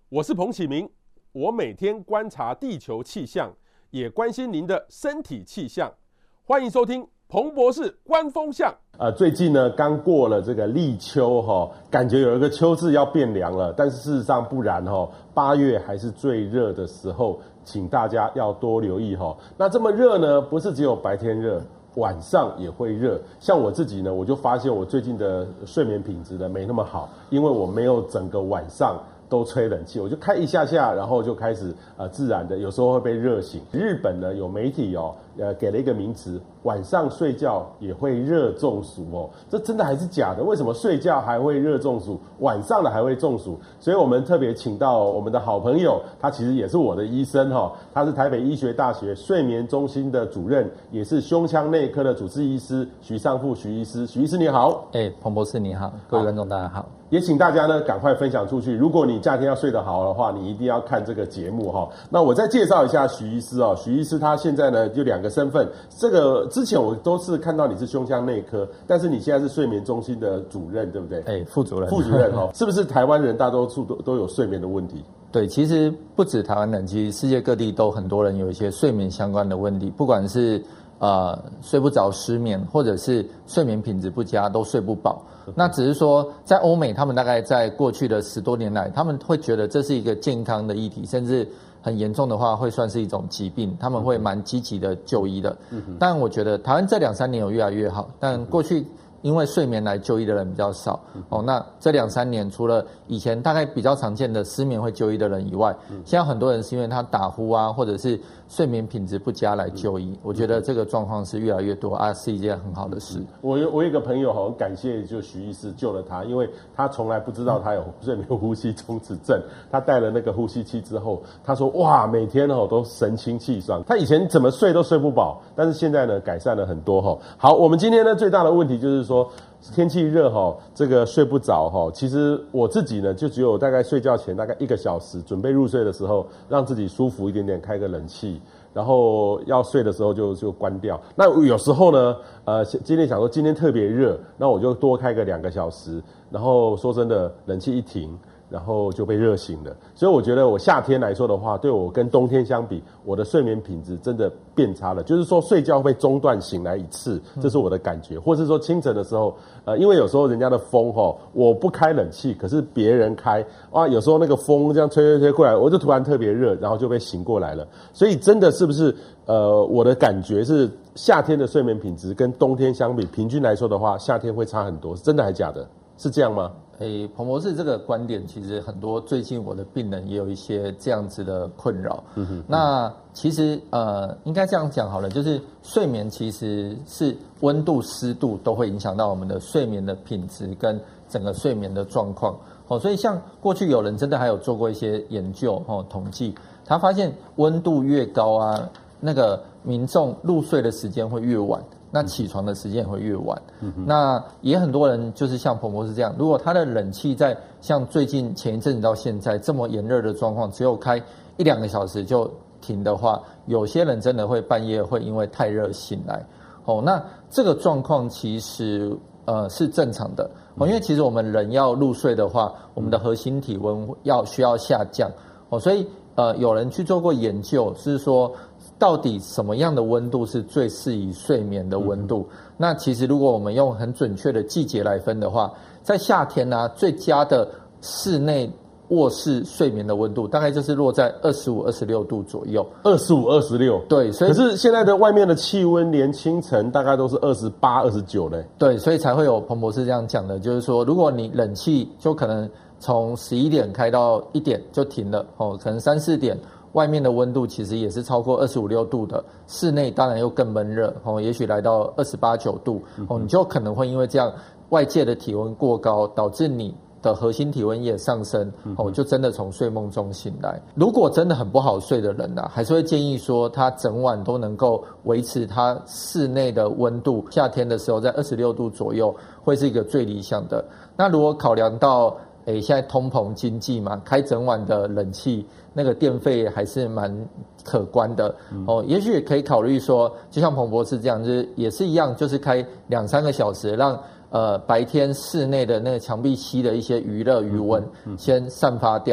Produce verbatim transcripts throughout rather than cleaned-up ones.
我是彭启明，我每天观察地球气象，也关心您的身体气象。欢迎收听彭博士观风向。呃，最近呢，刚过了这个立秋哈、哦，感觉有一个秋字要变凉了，但是事实上不然哈、哦，八月还是最热的时候，请大家要多留意哈、哦。那这么热呢，不是只有白天热。晚上也会热，像我自己呢，我就发现我最近的睡眠品质呢没那么好，因为我没有整个晚上都吹冷气，我就开一下下，然后就开始呃自然的，有时候会被热醒。日本呢有媒体哦，呃给了一个名词，晚上睡觉也会热中暑哦，这真的还是假的？为什么睡觉还会热中暑，晚上的还会中暑？所以我们特别请到我们的好朋友，他其实也是我的医生哈、哦，他是台北医学大学睡眠中心的主任，也是胸腔内科的主治医师徐尚富徐医师。徐医师你好。 哎、欸，彭博士你好，各位观众大家好。 也请大家呢赶快分享出去。如果你假天要睡得好的话，你一定要看这个节目哈。那我再介绍一下徐医师哦，徐医师他现在呢就两个身份，这个之前我都是看到你是胸腔内科，但是你现在是睡眠中心的主任，对不对？ 哎、欸，副主任， 副主任哈，是不是台湾人大多数都都有睡眠的问题？ 对，其实不止台湾人，其实世界各地都很多人有一些睡眠相关的问题，不管是呃睡不着、失眠，或者是睡眠品质不佳，都睡不饱。那只是说，在欧美，他们大概在过去的十多年来，他们会觉得这是一个健康的议题，甚至很严重的话，会算是一种疾病，他们会蛮积极的就医的。嗯、但我觉得台湾这两三年有越来越好，但过去因为睡眠来就医的人比较少哦，那这两三年除了以前大概比较常见的失眠会就医的人以外，现在很多人是因为他打呼啊，或者是睡眠品质不佳来就医。我觉得这个状况是越来越多啊，是一件很好的事。 我有我有一个朋友很感谢就徐医师救了他，因为他从来不知道他有睡眠呼吸中止症，他戴了那个呼吸器之后，他说哇每天哦都神清气爽，他以前怎么睡都睡不饱，但是现在呢改善了很多哈。好，我们今天呢最大的问题就是说天气热哈，这个睡不着哈。其实我自己呢，就只有大概睡觉前大概一个小时，准备入睡的时候，让自己舒服一点点，开个冷气，然后要睡的时候就就关掉。那有时候呢，呃，今天想说今天特别热，那我就多开个两个小时，然后说真的，冷气一停，然后就被热醒了。所以我觉得我夏天来说的话，对我跟冬天相比，我的睡眠品质真的变差了。就是说睡觉会中断醒来一次，这是我的感觉。或是说清晨的时候，呃，因为有时候人家的风哈，我不开冷气，可是别人开，啊，有时候那个风这样吹吹吹过来，我就突然特别热，然后就被醒过来了。所以真的是不是呃，我的感觉是夏天的睡眠品质跟冬天相比，平均来说的话，夏天会差很多，是真的还假的？是这样吗？ 诶，彭博士这个观点，其实很多最近我的病人也有一些这样子的困扰。嗯哼，那其实呃，应该这样讲好了，就是睡眠其实是温度、湿度都会影响到我们的睡眠的品质跟整个睡眠的状况。哦，所以像过去有人真的还有做过一些研究哦，统计，他发现温度越高啊，那个民众入睡的时间会越晚。那起床的时间也会越晚，嗯、那也很多人就是像彭博士这样，如果他的冷气在像最近前一阵子到现在这么炎热的状况，只有开一两个小时就停的话，有些人真的会半夜会因为太热醒来。哦，那这个状况其实呃是正常的，哦，因为其实我们人要入睡的话，我们的核心体温要需要下降，哦，所以呃有人去做过研究，是说。到底什么样的温度是最适宜睡眠的温度？嗯、那其实如果我们用很准确的季节来分的话，在夏天呢、啊，最佳的室内卧室睡眠的温度大概就是落在二十五、二十六度左右。 二十五、二十六， 对，所以可是现在的外面的气温连清晨大概都是二十八、二十九嘞。 对，所以才会有彭博士这样讲的，就是说，如果你冷气就可能从十一点开到一点就停了，哦，可能三四点。外面的温度其实也是超过二十五六度的，室内当然又更闷热哦，也许来到二十八九度哦，你就可能会因为这样外界的体温过高，导致你的核心体温也上升哦，就真的从睡梦中醒来。如果真的很不好睡的人啊，还是会建议说他整晚都能够维持他室内的温度，夏天的时候在二十六度左右会是一个最理想的。那如果考量到诶，现在通膨经济嘛，开整晚的冷气，那个电费还是蛮可观的、嗯、哦。也许也可以考虑说，就像彭博士这样，就是也是一样，就是开两三个小时，让呃白天室内的那个墙壁吸的一些余热余温先散发掉。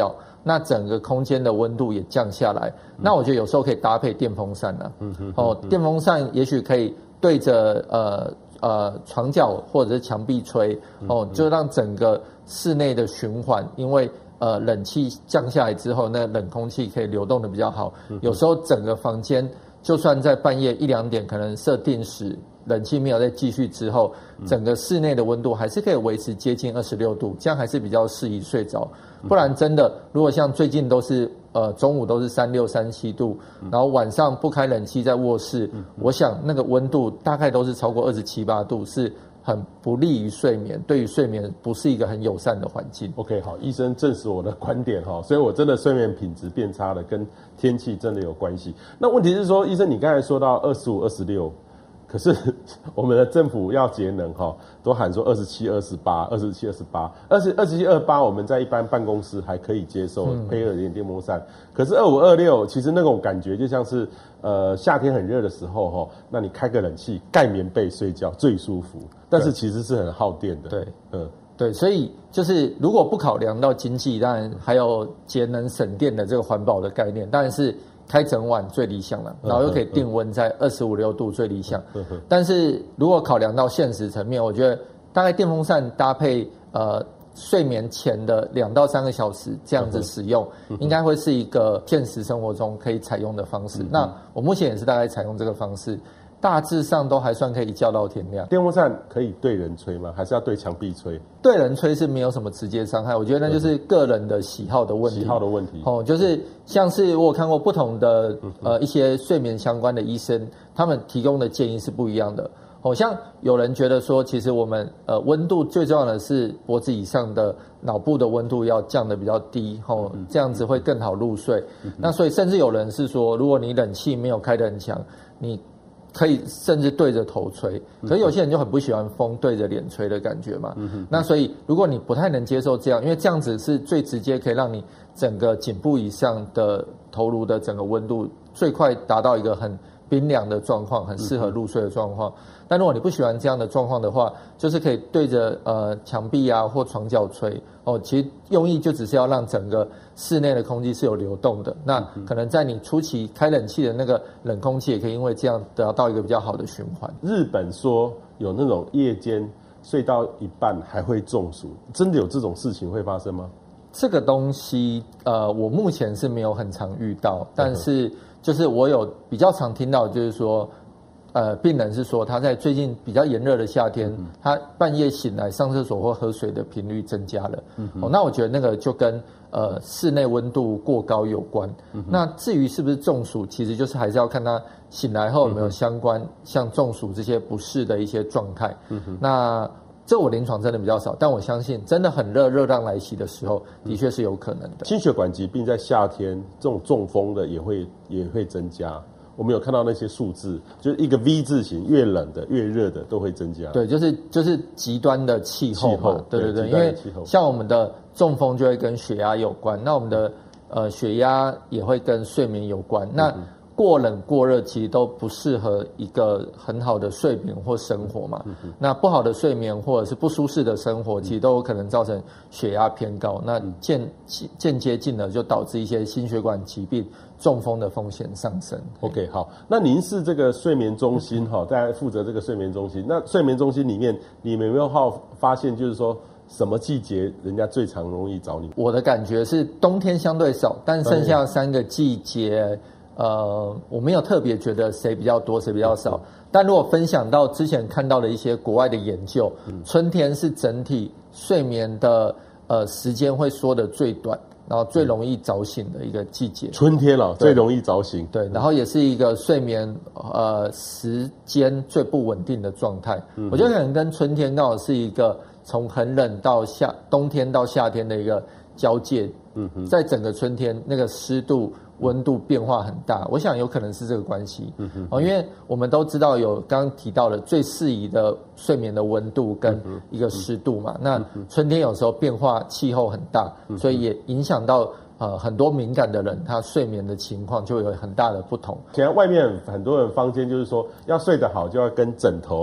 那整个空间的温度也降下来。嗯、那我觉得有时候可以搭配电风扇啊，嗯哼哦，电风扇也许可以对着呃呃床角或者是墙壁吹，哦，就让整个室内的循环，因为呃冷气降下来之后，那冷空气可以流动的比较好。有时候整个房间就算在半夜一两点可能设定时，冷气没有再继续之后，整个室内的温度还是可以维持接近二十六度，这样还是比较适宜睡着。不然真的，如果像最近都是呃中午都是三六三七度，然后晚上不开冷气在卧室，我想那个温度大概都是超过二十七八度，是很不利于睡眠，对于睡眠不是一个很友善的环境。 OK， 好，医生证实我的观点哈，所以我真的睡眠品质变差了，跟天气真的有关系。那问题是说，医生你刚才说到二十五、二十六。可是我们的政府要节能哈，都喊说二十七、二十八、二十七、二十八、二十二十七、二八，我们在一般办公室还可以接受，配合一点电风扇。可是二五、二六，其实那种感觉就像是呃夏天很热的时候哈，那你开个冷气盖棉被睡觉最舒服，但是其实是很耗电的。 对，嗯。对，所以就是如果不考量到经济，当然还有节能省电的这个环保的概念，当然是开整晚最理想了，然后又可以定温在二十五六度最理想。但是如果考量到现实层面，我觉得大概电风扇搭配呃睡眠前的两到三个小时这样子使用，应该会是一个现实生活中可以采用的方式。那我目前也是大概采用这个方式。大致上都还算可以一觉到天亮。 电风扇可以对人吹吗？还是要对墙壁吹？ 对人吹是没有什么直接伤害，我觉得那就是个人的喜好的问题。 喜好的问题。 哦，就是像是我有看过不同的呃一些睡眠相关的医生，他们提供的建议是不一样的。哦，像有人觉得说，其实我们呃温度最重要的是脖子以上的脑部的温度要降得比较低，哦，这样子会更好入睡。那所以甚至有人是说，如果你冷气没有开得很强，你可以甚至对着头吹，可是有些人就很不喜欢风对着脸吹的感觉嘛。嗯、那所以如果你不太能接受这样，因为这样子是最直接可以让你整个颈部以上的头颅的整个温度最快达到一个很冰凉的状况，很适合入睡的状况。嗯、但如果你不喜欢这样的状况的话，就是可以对着呃墙壁啊或床角吹。哦，其实用意就只是要让整个室内的空气是有流动的。那可能在你初期开冷气的那个冷空气，也可以因为这样得到一个比较好的循环。 日本说有那种夜间睡到一半还会中暑，真的有这种事情会发生吗？ 这个东西，呃，我目前是没有很常遇到，但是就是我有比较常听到，就是说。呃，病人是说他在最近比较炎热的夏天，嗯、他半夜醒来上厕所或喝水的频率增加了。嗯、哦，那我觉得那个就跟呃室内温度过高有关。嗯、那至于是不是中暑，其实就是还是要看他醒来后有没有相关、嗯、像中暑这些不适的一些状态。嗯、那这我临床真的比较少，但我相信真的很热，热浪来袭的时候，的确是有可能的。 心血管疾病在夏天这种中风的也会也会增加。我们有看到那些数字，就是一个 V 字形，越冷的、越热的都会增加。 对，就是就是极端的气候嘛。气候对对对，因为像我们的中风就会跟血压有关，那我们的呃血压也会跟睡眠有关。那过冷过热其实都不适合一个很好的睡眠或生活嘛。嗯、那不好的睡眠或者是不舒适的生活，其实都有可能造成血压偏高，那间间接进而就导致一些心血管疾病、中风的风险上升。 OK， 好，那您是这个睡眠中心哈，大家负责这个睡眠中心。那睡眠中心里面，你们有没有好发现，就是说什么季节人家最常容易找你？ 我的感觉是冬天相对少，但剩下三个季节。呃，我没有特别觉得谁比较多，谁比较少。但如果分享到之前看到的一些国外的研究，嗯、春天是整体睡眠的呃时间会缩得最短，然后最容易早醒的一个季节。 春天了，最容易早醒。 对，然后也是一个睡眠呃时间最不稳定的状态。嗯、我觉得可能跟春天刚好是一个从很冷到夏冬天到夏天的一个交界。嗯哼，在整个春天那个湿度。温度变化很大，我想有可能是这个关系。嗯哼哦，因为我们都知道有刚刚提到的最适宜的睡眠的温度跟一个湿度嘛。嗯、那春天有时候变化气候很大，嗯、所以也影响到呃很多敏感的人，他睡眠的情况就有很大的不同。 现在外面很多人坊间就是说，要睡得好就要跟枕头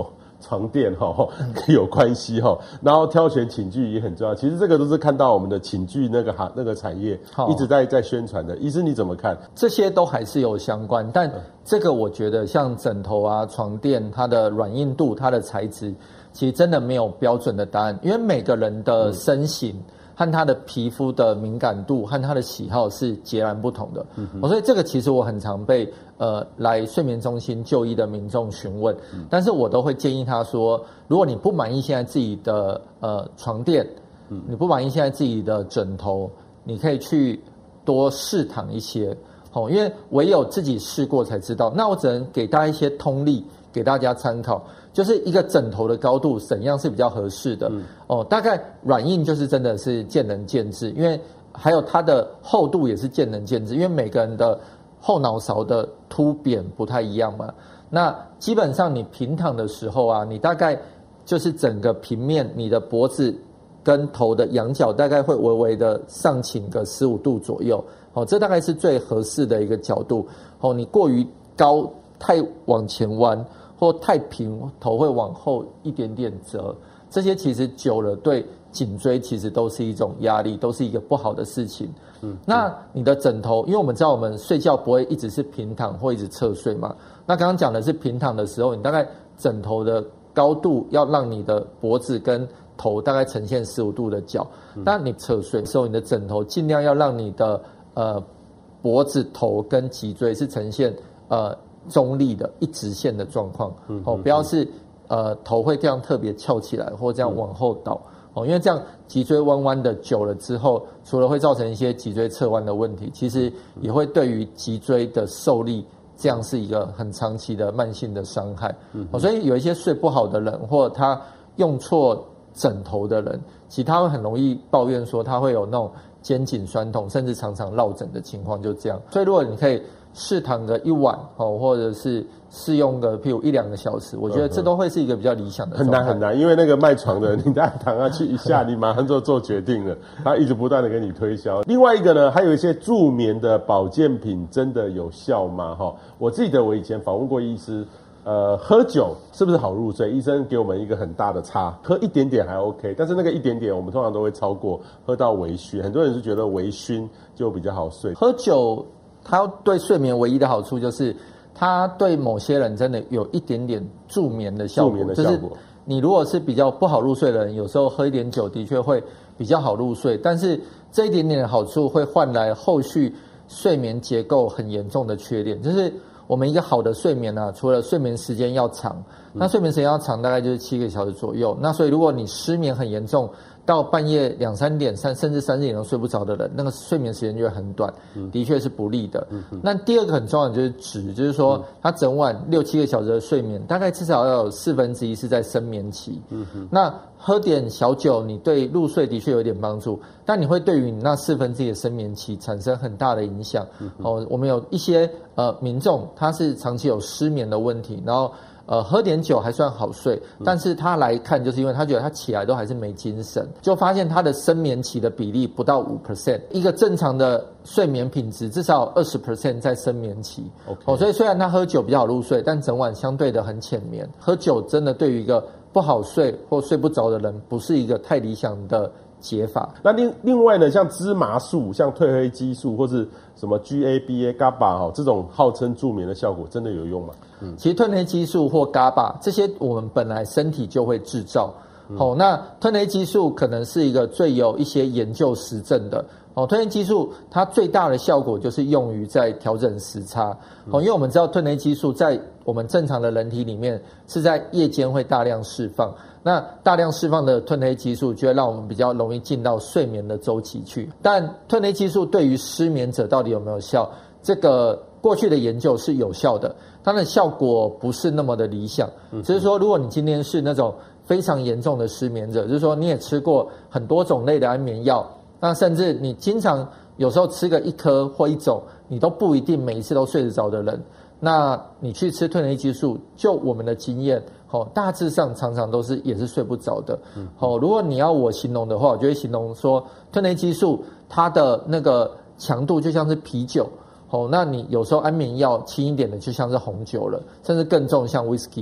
床垫哈有关系哈，然后挑选寝具也很重要。其实这个都是看到我们的寝具那个行那个产业一直在在宣传的。医师你怎么看？ 这些都还是有相关，但这个我觉得像枕头啊、床垫，它的软硬度、它的材质，其实真的没有标准的答案，因为每个人的身形和他的皮肤的敏感度和他的喜好是截然不同的。嗯、所以这个其实我很常被呃来睡眠中心就医的民众询问，嗯、但是我都会建议他说，如果你不满意现在自己的呃床垫，嗯、你不满意现在自己的枕头，你可以去多试躺一些。哦，因为唯有自己试过才知道。那我只能给大家一些通例，给大家参考，就是一个枕头的高度怎样是比较合适的。嗯、哦，大概软硬就是真的是见仁见智，因为还有它的厚度也是见仁见智，因为每个人的后脑勺的凸扁不太一样嘛。那基本上你平躺的时候啊，你大概就是整个平面，你的脖子跟头的仰角大概会微微的上倾个十五度左右。哦，这大概是最合适的一个角度。哦，你过于高，太往前弯，或太平，头会往后一点点折，这些其实久了对颈椎其实都是一种压力，都是一个不好的事情。嗯，那你的枕头，因为我们知道我们睡觉不会一直是平躺或一直侧睡嘛。那刚刚讲的是平躺的时候，你大概枕头的高度要让你的脖子跟头大概呈现十五度的角。那你侧睡的时候，你的枕头尽量要让你的呃，脖子、头跟脊椎是呈现呃中立的一直线的状况，嗯、哦，不要是呃头会这样特别翘起来，或这样往后倒，哦，因为这样脊椎弯弯的久了之后，除了会造成一些脊椎侧弯的问题，其实也会对于脊椎的受力，这样是一个很长期的慢性的伤害。嗯、哦，所以有一些睡不好的人，或他用错枕头的人，其实他会很容易抱怨说他会有那种肩颈酸痛，甚至常常落枕的情况，就这样。所以如果你可以试躺个一晚，哦，或者是试用个譬如一两个小时，我觉得这都会是一个比较理想的状态。 很难很难，因为那个卖床的，你再躺下去一下，你马上就做决定了，他一直不断的给你推销。另外一个呢，还有一些助眠的保健品真的有效吗？哈，我记得我以前访问过医师。呃，喝酒是不是好入睡？医生给我们一个很大的差，喝一点点还 OK， 但是那个一点点我们通常都会超过，喝到微醺。很多人是觉得微醺就比较好睡。 喝酒它对睡眠唯一的好处就是，它对某些人真的有一点点助眠的效果。助眠的效果。就是你如果是比较不好入睡的人，有时候喝一点酒的确会比较好入睡，但是这一点点的好处会换来后续睡眠结构很严重的缺点，就是。我们一个好的睡眠啊，除了睡眠时间要长，那睡眠时间要长大概就是七个小时左右。那所以如果你失眠很严重，到半夜两三点、三甚至三四点都睡不着的人，那个睡眠时间就会很短，的确是不利的。那第二个很重要的就是质，就是说他整晚六七个小时的睡眠，大概至少要有四分之一是在深眠期。那喝点小酒，你对入睡的确有点帮助，但你会对于你那四分之一的深眠期产生很大的影响。哦，我们有一些呃民众，他是长期有失眠的问题，然后。呃，喝点酒还算好睡，但是他来看，就是因为他觉得他起来都还是没精神，就发现他的深眠期的比例不到百分之五，一个正常的睡眠品质至少百分之二十在深眠期。Okay. 哦，所以虽然他喝酒比较好入睡，但整晚相对的很浅眠。喝酒真的对于一个不好睡或睡不着的人，不是一个太理想的解法。 那另另外呢，像芝麻素、像褪黑激素或是什么 G A B A、G A B A 哈，这种号称助眠的效果，真的有用吗？ 嗯，其实褪黑激素或 G A B A 这些，我们本来身体就会制造。嗯、哦，那褪黑激素可能是一个最有一些研究实证的。哦，褪黑激素它最大的效果就是用于在调整时差。哦，因为我们知道褪黑激素在我们正常的人体里面是在夜间会大量释放。那大量释放的褪黑激素就会让我们比较容易进到睡眠的周期去。但褪黑激素对于失眠者到底有没有效？这个过去的研究是有效的，它的效果不是那么的理想。只是说，如果你今天是那种非常严重的失眠者，就是说你也吃过很多种类的安眠药，那甚至你经常有时候吃个一颗或一种，你都不一定每一次都睡得着的人，那你去吃褪黑激素，就我们的经验，哦，大致上常常都是也是睡不着的。哦，如果你要我形容的话，我就会形容说，褪黑激素它的那个强度就像是啤酒。哦，那你有时候安眠药轻一点的就像是红酒了，甚至更重像 whisky。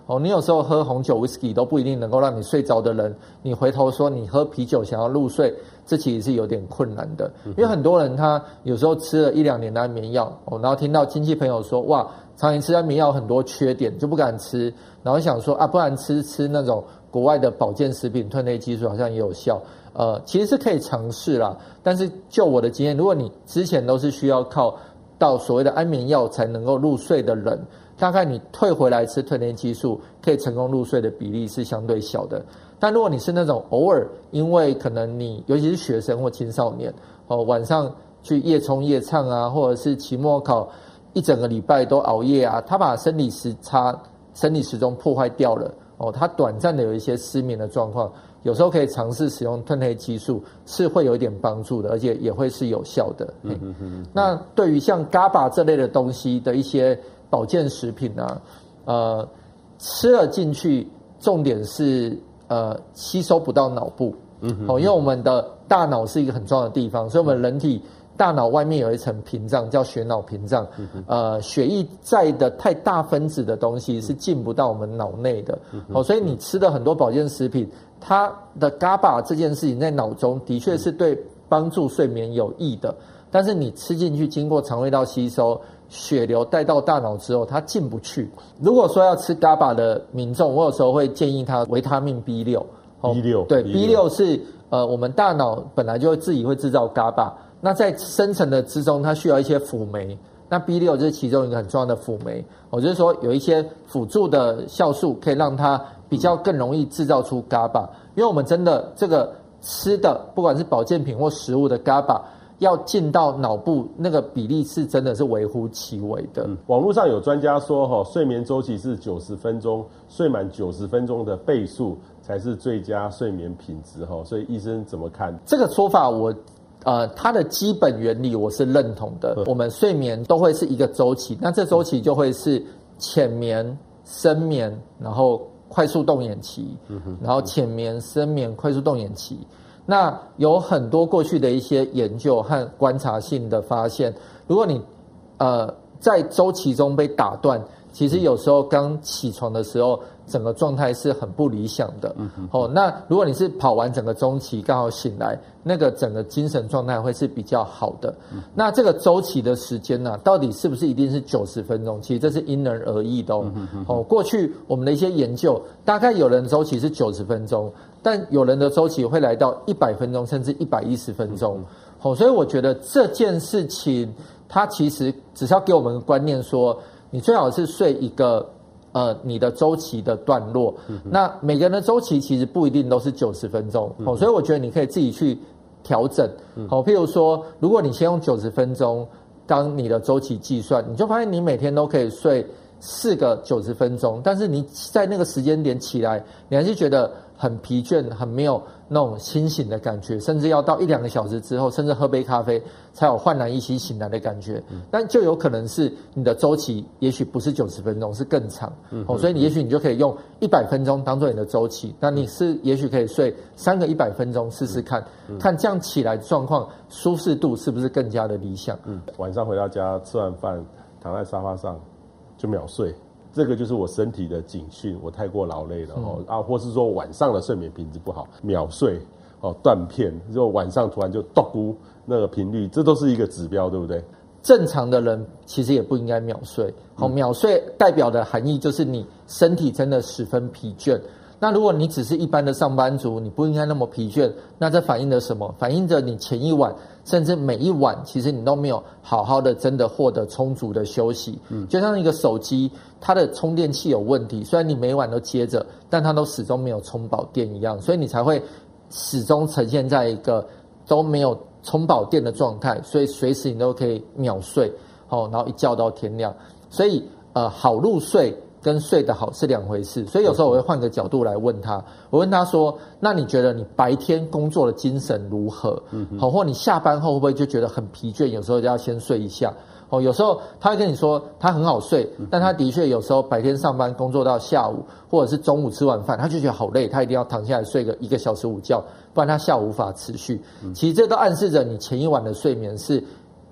哦，你有时候喝红酒 whisky 都不一定能够让你睡着的人，你回头说你喝啤酒想要入睡，这其实是有点困难的。因为很多人他有时候吃了一两年的安眠药，哦，然后听到亲戚朋友说，哇，常年吃安眠药很多缺点，就不敢吃，然后想说啊，不然吃吃那种国外的保健食品，褪黑激素好像也有效。呃，其实是可以尝试啦，但是就我的经验，如果你之前都是需要靠到所谓的安眠药才能够入睡的人，大概你退回来吃褪黑激素可以成功入睡的比例是相对小的。但如果你是那种偶尔因为可能你尤其是学生或青少年哦，晚上去夜冲夜唱啊，或者是期末考一整个礼拜都熬夜啊，他把生理时差生理时钟破坏掉了哦，他短暂的有一些失眠的状况，有时候可以尝试使用褪黑激素，是会有一点帮助的，而且也会是有效的。嗯嗯嗯。那对于像 G A B A 这类的东西的一些保健食品啊，呃，吃了进去，重点是呃吸收不到脑部。嗯哼。哦，因为我们的大脑是一个很重要的地方，所以我们人体大脑外面有一层屏障叫血脑屏障，呃，血液在的太大分子的东西是进不到我们脑内的。哦，所以你吃的很多保健食品，它的 G A B A 这件事情在脑中的确是对帮助睡眠有益的，但是你吃进去经过肠胃道吸收，血流带到大脑之后，它进不去。如果说要吃 G A B A 的民众，我有时候会建议他维他命 B 六。 B 六对 B 六是呃我们大脑本来就会自己会制造 G A B A。那在深层的之中，它需要一些辅酶，那 B 六就是其中一个很重要的辅酶。我就是说有一些辅助的酵素可以让它比较更容易制造出 G A B A， 因为我们真的这个吃的不管是保健品或食物的 G A B A 要进到脑部，那个比例是真的是微乎其微的。 嗯、网络上有专家说，哈，睡眠周期是九十分钟，睡满九十分钟的倍数才是最佳睡眠品质，哈。所以医生怎么看这个说法？我。呃，它的基本原理我是认同的。我们睡眠都会是一个周期，那这周期就会是浅眠、深眠，然后快速动眼期，然后浅眠、深眠、快速动眼期。那有很多过去的一些研究和观察性的发现，如果你呃在周期中被打断，其实有时候刚起床的时候，整个状态是很不理想的。嗯哦，那如果你是跑完整个周期刚好醒来，那个整个精神状态会是比较好的。嗯、那这个周期的时间呢、啊，到底是不是一定是九十分钟？其实这是因人而异的哦。嗯、哦，过去我们的一些研究，大概有人周期是九十分钟，但有人的周期会来到一百分钟，甚至一百一十分钟。嗯、哦，所以我觉得这件事情，它其实只是要给我们观念说，你最好是睡一个。呃，你的周期的段落，嗯、那每个人的周期其实不一定都是九十分钟，嗯、哦，所以我觉得你可以自己去调整，嗯、哦，譬如说，如果你先用九十分钟当你的周期计算，你就发现你每天都可以睡四个九十分钟，但是你在那个时间点起来，你还是觉得很疲倦，很没有那种清醒的感觉，甚至要到一两个小时之后，甚至喝杯咖啡才有焕然一新醒来的感觉。嗯、但就有可能是你的周期也许不是九十分钟，是更长。嗯、哦，所以你也许你就可以用一百分钟当做你的周期，那你是也许可以睡三个一百分钟试试看，嗯、看这样起来状况舒适度是不是更加的理想。 嗯，晚上回到家吃完饭躺在沙发上就秒睡。这个就是我身体的警讯，我太过劳累了、嗯、啊，或是说晚上的睡眠品质不好，秒睡哦，断片，就晚上突然就咚咕那个频率，这都是一个指标，对不对？ 正常的人其实也不应该秒睡，好、嗯，秒睡代表的含义就是你身体真的十分疲倦。那如果你只是一般的上班族，你不应该那么疲倦，那这反映着什么？反映着你前一晚甚至每一晚，其实你都没有好好的真的获得充足的休息。嗯，就像一个手机，它的充电器有问题，虽然你每晚都接着，但它都始终没有充饱电一样，所以你才会始终呈现在一个都没有充饱电的状态，所以随时你都可以秒睡，哦，然后一觉到天亮。所以呃，好入睡跟睡得好是两回事，所以有时候我会换个角度来问他，我问他说，那你觉得你白天工作的精神如何？嗯，好，或你下班后会不会就觉得很疲倦，有时候就要先睡一下？哦，有时候他会跟你说他很好睡，但他的确有时候白天上班工作到下午，或者是中午吃完饭，他就觉得好累，他一定要躺下来睡个一个小时午觉，不然他下午无法持续。其实这都暗示着你前一晚的睡眠是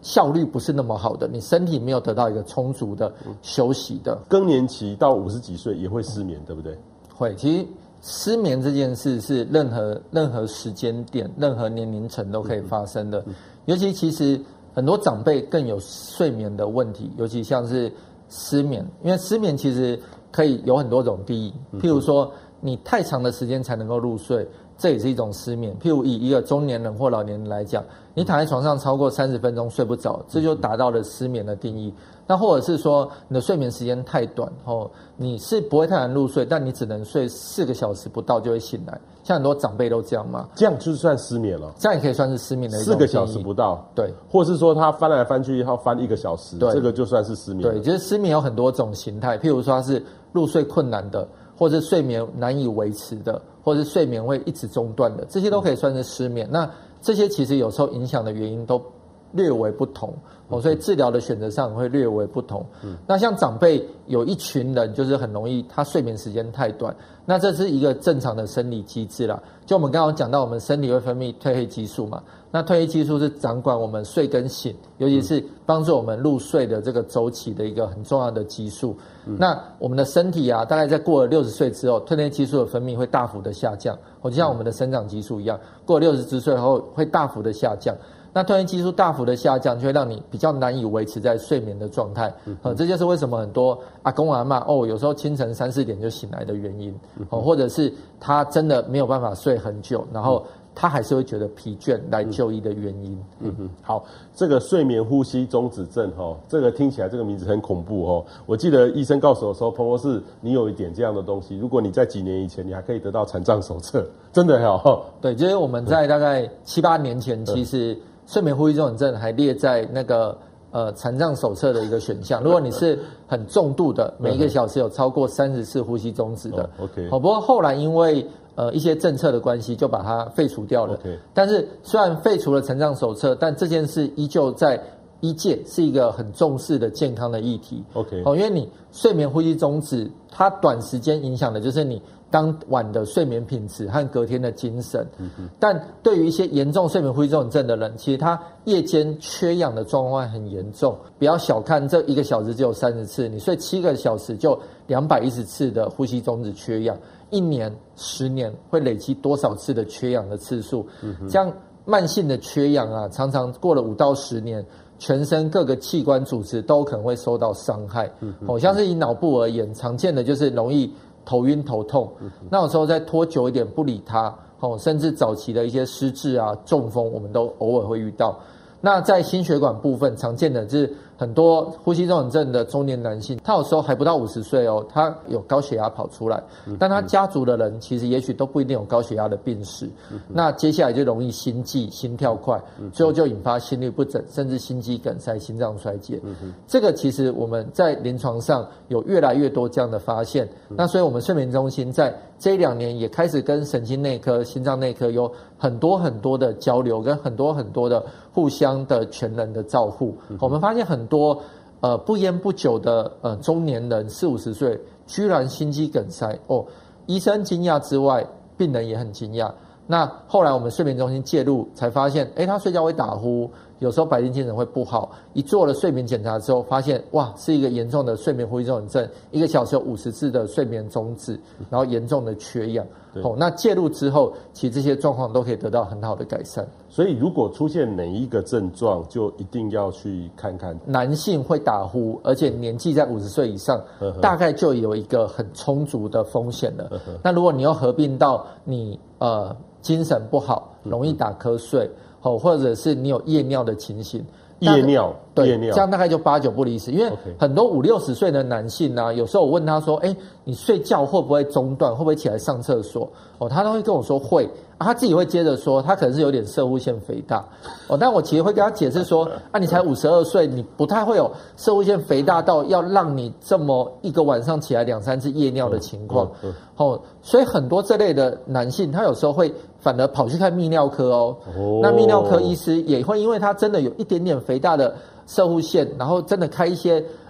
效率不是那么好的，你身体没有得到一个充足的休息的。 更年期到五十几岁也会失眠，对不对？ 会，其实失眠这件事是任何任何时间点、任何年龄层都可以发生的。尤其其实很多长辈更有睡眠的问题，尤其像是失眠，因为失眠其实可以有很多种定义，譬如说你太长的时间才能够入睡，这也是一种失眠。譬如以一个中年人或老年人来讲，你躺在床上超过三十分钟睡不着，这就达到了失眠的定义。那或者是说你的睡眠时间太短，哦，你是不会太难入睡，但你只能睡四个小时不到就会醒来，像很多长辈都这样嘛。 这样就算失眠了， 这样也可以算是失眠的一种四个小时不到， 对， 或是说他翻来翻去要翻一个小时， 对， 这个就算是失眠了。 对，就是失眠有很多种形态，譬如说它是入睡困难的，或者睡眠难以维持的，或者是睡眠会一直中断的，这些都可以算是失眠。那这些其实有时候影响的原因都略为不同，哦，所以治疗的选择上会略为不同。嗯，那像长辈有一群人就是很容易他睡眠时间太短，那这是一个正常的生理机制啦。就我们刚刚讲到，我们身体会分泌褪黑激素嘛，那褪黑激素是掌管我们睡跟醒，尤其是帮助我们入睡的这个周期的一个很重要的激素。嗯，那我们的身体啊，大概在过了六十岁之后，褪黑激素的分泌会大幅的下降，就像我们的生长激素一样，过了六十岁后会大幅的下降。那褪黑激素大幅的下降，就会让你比较难以维持在睡眠的状态。呃，这就是为什么很多阿公阿嬷哦，有时候清晨三四点就醒来的原因。哦，或者是他真的没有办法睡很久，然后他还是会觉得疲倦来就医的原因。 嗯哼，好，这个睡眠呼吸中止症哈，这个听起来这个名字很恐怖哦。我记得医生告诉我说，彭博士，你有一点这样的东西，如果你在几年以前，你还可以得到残障手册，真的哈。 对，就是我们在大概七八年前，其实睡眠呼吸中止症还列在那个呃残障手册的一个选项。如果你是很重度的，每一个小时有超过三十次呼吸中止的， 哦 OK， 好，不过后来因为呃一些政策的关系，就把它废除掉了。Okay. 但是虽然废除了残障手册，但这件事依旧在医界是一个很重视的健康的议题。 OK， 哦，因为你睡眠呼吸中止，它短时间影响的就是你当晚的睡眠品质和隔天的精神。嗯，但对于一些严重睡眠呼吸中止症的人，其实他夜间缺氧的状况很严重。不要小看这一个小时只有三十次，你睡七个小时就两百一十次的呼吸中止缺氧。一年、十年会累积多少次的缺氧的次数？嗯，这样慢性的缺氧啊，常常过了五到十年，全身各个器官组织都可能会受到伤害。嗯，哦，像是以脑部而言，常见的就是容易头晕头痛。嗯，那有时候再拖久一点不理它，哦，甚至早期的一些失智啊、中风，我们都偶尔会遇到。那在心血管部分，常见的就是很多呼吸中止症的中年男性，他有时候还不到五十岁哦，他有高血压跑出来，但他家族的人其实也许都不一定有高血压的病史。那接下来就容易心悸、心跳快，最后就引发心律不整，甚至心肌梗塞、心脏衰竭。这个其实我们在临床上有越来越多这样的发现。那所以我们睡眠中心在这一两年也开始跟神经内科、心脏内科有很多很多的交流，跟很多很多的互相的全人的照护。我们发现很多呃不烟不酒的呃中年人四五十岁，居然心肌梗塞哦，医生惊讶之外，病人也很惊讶。那后来我们睡眠中心介入，才发现，哎，他睡觉会打呼，有时候白天精神会不好。一做了睡眠检查之后，发现哇，是一个严重的睡眠呼吸中止症，一个小时有五十次的睡眠中止，然后严重的缺氧。哦，那介入之后，其实这些状况都可以得到很好的改善。 所以，如果出现哪一个症状，就一定要去看看。 男性会打呼，而且年纪在五十岁以上，大概就有一个很充足的风险了。那如果你又合并到你呃精神不好，容易打瞌睡，哦，或者是你有夜尿的情形。 夜尿， 对， 夜尿， 这样大概就八九不离十。因为很多五六十岁的男性呢、啊，有时候我问他说：“哎，你睡觉会不会中断？会不会起来上厕所？”哦，他都会跟我说会。啊，他自己会接着说，他可能是有点攝護腺肥大。哦，但我其实会跟他解释说：“啊，你才五十二岁，你不太会有攝護腺肥大到要让你这么一个晚上起来两三次夜尿的情况。嗯”嗯嗯、哦，所以很多这类的男性，他有时候会反而跑去看泌尿科哦。哦，那泌尿科医师也会因为他真的有一点点肥大的攝護腺，然后真的开一些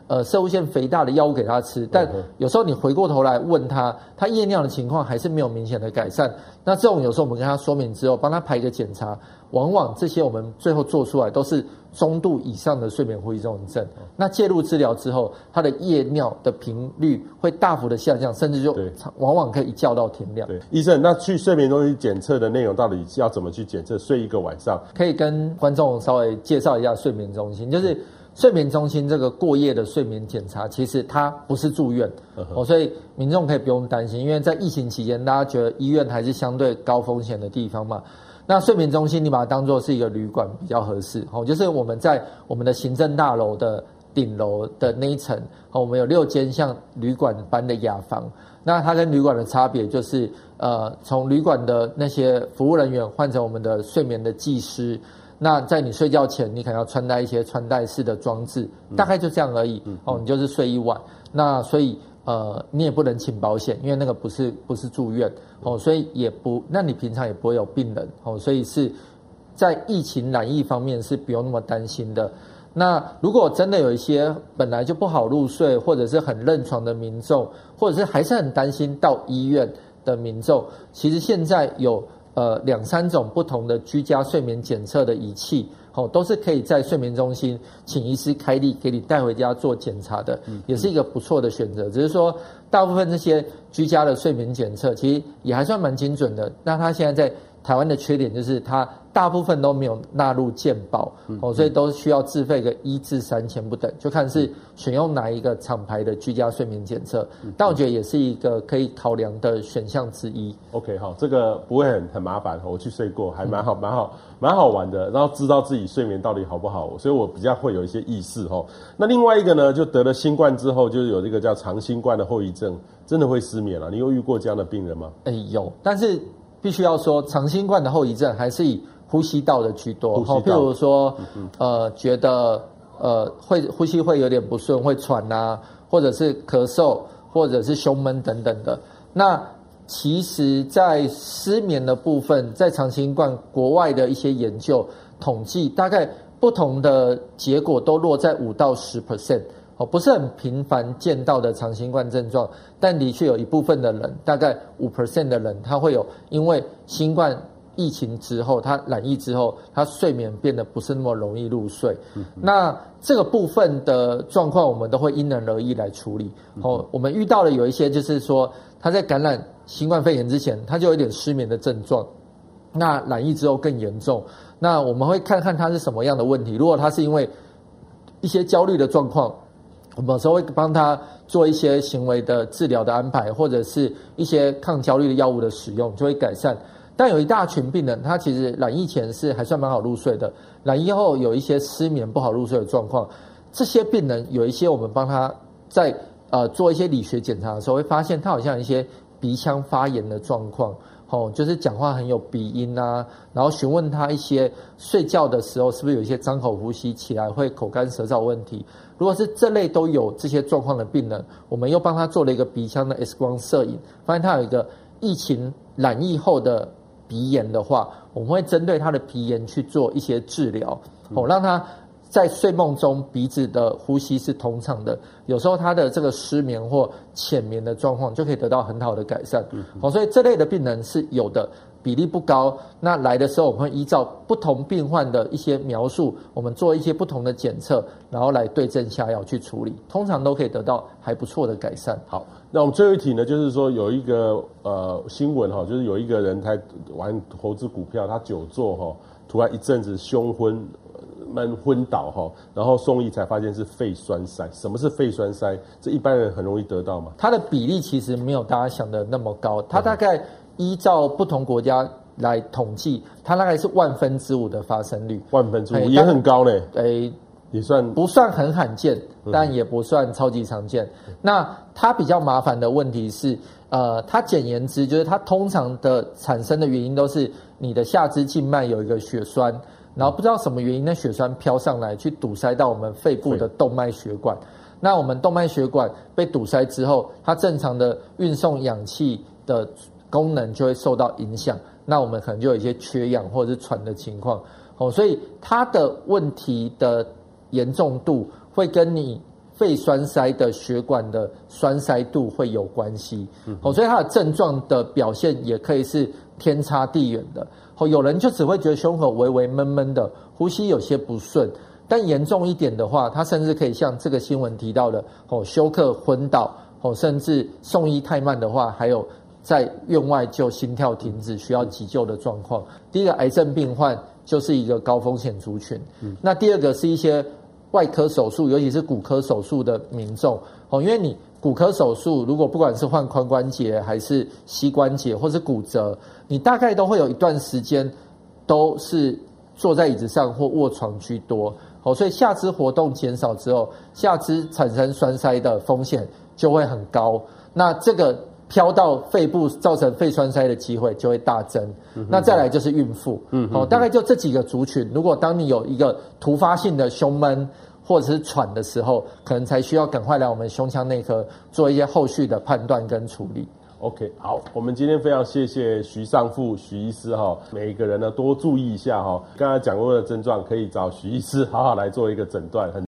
呃攝護腺肥大的药物给他吃，但有时候你回过头来问他，他夜尿的情况还是没有明显的改善。那这种有时候我们跟他说明之后，帮他排一个检查，往往这些我们最后做出来都是中度以上的睡眠呼吸综合症。那介入治疗之后，他的夜尿的频率会大幅的下降，甚至就往往可以一觉到天亮。 对，医生，那去睡眠中心检测的内容到底要怎么去检测？睡一个晚上， 可以跟观众稍微介绍一下睡眠中心，就是睡眠中心这个过夜的睡眠检查，其实它不是住院、嗯、哦，所以民众可以不用担心，因为在疫情期间，大家觉得医院还是相对高风险的地方嘛。那睡眠中心你把它当作是一个旅馆比较合适，哦，就是我们在我们的行政大楼的顶楼的那一层，哦，我们有六间像旅馆般的雅房。那它跟旅馆的差别就是，呃，从旅馆的那些服务人员换成我们的睡眠的技师。那在你睡觉前，你可能要穿戴一些穿戴式的装置，大概就这样而已。嗯、哦，你就是睡一晚。那所以呃，你也不能请保险，因为那个不是不是住院哦，所以也不，那你平常也不会有病人哦，所以是在疫情染疫方面是不用那么担心的。那如果真的有一些本来就不好入睡，或者是很认床的民众，或者是还是很担心到医院的民众，其实现在有呃两三种不同的居家睡眠检测的仪器。哦，都是可以在睡眠中心请医师开立给你带回家做检查的，也是一个不错的选择。只是说，大部分这些居家的睡眠检测其实也还算蛮精准的。那它现在在台湾的缺点就是它大部分都没有纳入健保，哦，所以都需要自费个一至三千不等，就看是选用哪一个厂牌的居家睡眠检测。但我觉得也是一个可以考量的选项之一。 OK， 好，这个不会很很麻烦，我去睡过，还蛮好，蛮好，蛮好玩的。然后知道自己睡眠到底好不好，所以我比较会有一些意识哈。那另外一个呢，就得了新冠之后，就是有这个叫长新冠的后遗症，真的会失眠了。你有遇过这样的病人吗？ 哎、欸，有，但是必须要说，长新冠的后遗症还是以呼吸道的居多。好，譬如说，呃，觉得呃会呼吸会有点不顺，会喘啊，或者是咳嗽，或者是胸闷等等的。那其实，在失眠的部分，在长新冠国外的一些研究统计，大概不同的结果都落在五到十 percent， 哦，不是很频繁见到的长新冠症状，但的确有一部分的人，大概五 percent 的人，他会有因为新冠疫情之后，他染疫之后，他睡眠变得不是那么容易入睡。嗯、那这个部分的状况，我们都会因人而异来处理。哦，我们遇到了有一些就是说，他在感染新冠肺炎之前，他就有一点失眠的症状。那染疫之后更严重，那我们会看看他是什么样的问题。如果他是因为一些焦虑的状况，我们有时候会帮他做一些行为的治疗的安排，或者是一些抗焦虑的药物的使用，就会改善。但有一大群病人，他其实染疫前是还算蛮好入睡的，染疫后有一些失眠不好入睡的状况。这些病人有一些我们帮他在呃做一些理学检查的时候，会发现他好像有一些鼻腔发炎的状况。哦，就是讲话很有鼻音啊，然后询问他一些睡觉的时候是不是有一些张口呼吸起来会口干舌燥问题。如果是这类都有这些状况的病人，我们又帮他做了一个鼻腔的 X 光摄影，发现他有一个疫情染疫后的鼻炎的话，我们会针对他的鼻炎去做一些治疗，哦，让他在睡梦中鼻子的呼吸是通畅的，有时候他的这个失眠或浅眠的状况就可以得到很好的改善。好，所以这类的病人是有的，比例不高。那来的时候我们会依照不同病患的一些描述，我们做一些不同的检测，然后来对症下药去处理，通常都可以得到还不错的改善。 好，那我们最后一题呢，就是说有一个呃新闻哈，就是有一个人他玩投资股票，他久坐哈，突然一阵子胸昏。慢昏倒哈，然后送医才发现是肺栓塞。什么是肺栓塞？这一般人很容易得到吗？ 它的比例其实没有大家想的那么高，它大概依照不同国家来统计，它大概是万分之五的发生率。 万分之五也很高呢。 诶， 也算不算很罕见，但也不算超级常见。嗯、那它比较麻烦的问题是，呃，它简言之就是它通常的产生的原因都是你的下肢静脉有一个血栓。然后不知道什么原因，那血栓飘上来，去堵塞到我们肺部的动脉血管。那我们动脉血管被堵塞之后，它正常的运送氧气的功能就会受到影响。那我们可能就有一些缺氧或者是喘的情况。哦，所以它的问题的严重度会跟你肺栓塞的血管的栓塞度会有关系。哦，所以它的症状的表现也可以是天差地远的。哦，有人就只会觉得胸口微微闷闷的，呼吸有些不顺。但严重一点的话，它甚至可以像这个新闻提到的，哦，休克、昏倒，哦，甚至送医太慢的话，还有在院外就心跳停止需要急救的状况。第一个，癌症病患就是一个高风险族群。嗯、那第二个是一些外科手术，尤其是骨科手术的民众，哦，因为你骨科手术如果不管是换髋关节还是膝关节或是骨折，你大概都会有一段时间都是坐在椅子上或卧床居多。哦，所以下肢活动减少之后，下肢产生栓塞的风险就会很高。那这个飘到肺部造成肺栓塞的机会就会大增。嗯、那再来就是孕妇，嗯，哦，大概就这几个族群。如果当你有一个突发性的胸闷或者是喘的时候，可能才需要赶快来我们胸腔内科做一些后续的判断跟处理。 OK， 好，我们今天非常谢谢徐尚富徐医师哈，每一个人呢多注意一下哈，刚才讲过的症状可以找徐医师好好来做一个诊断。很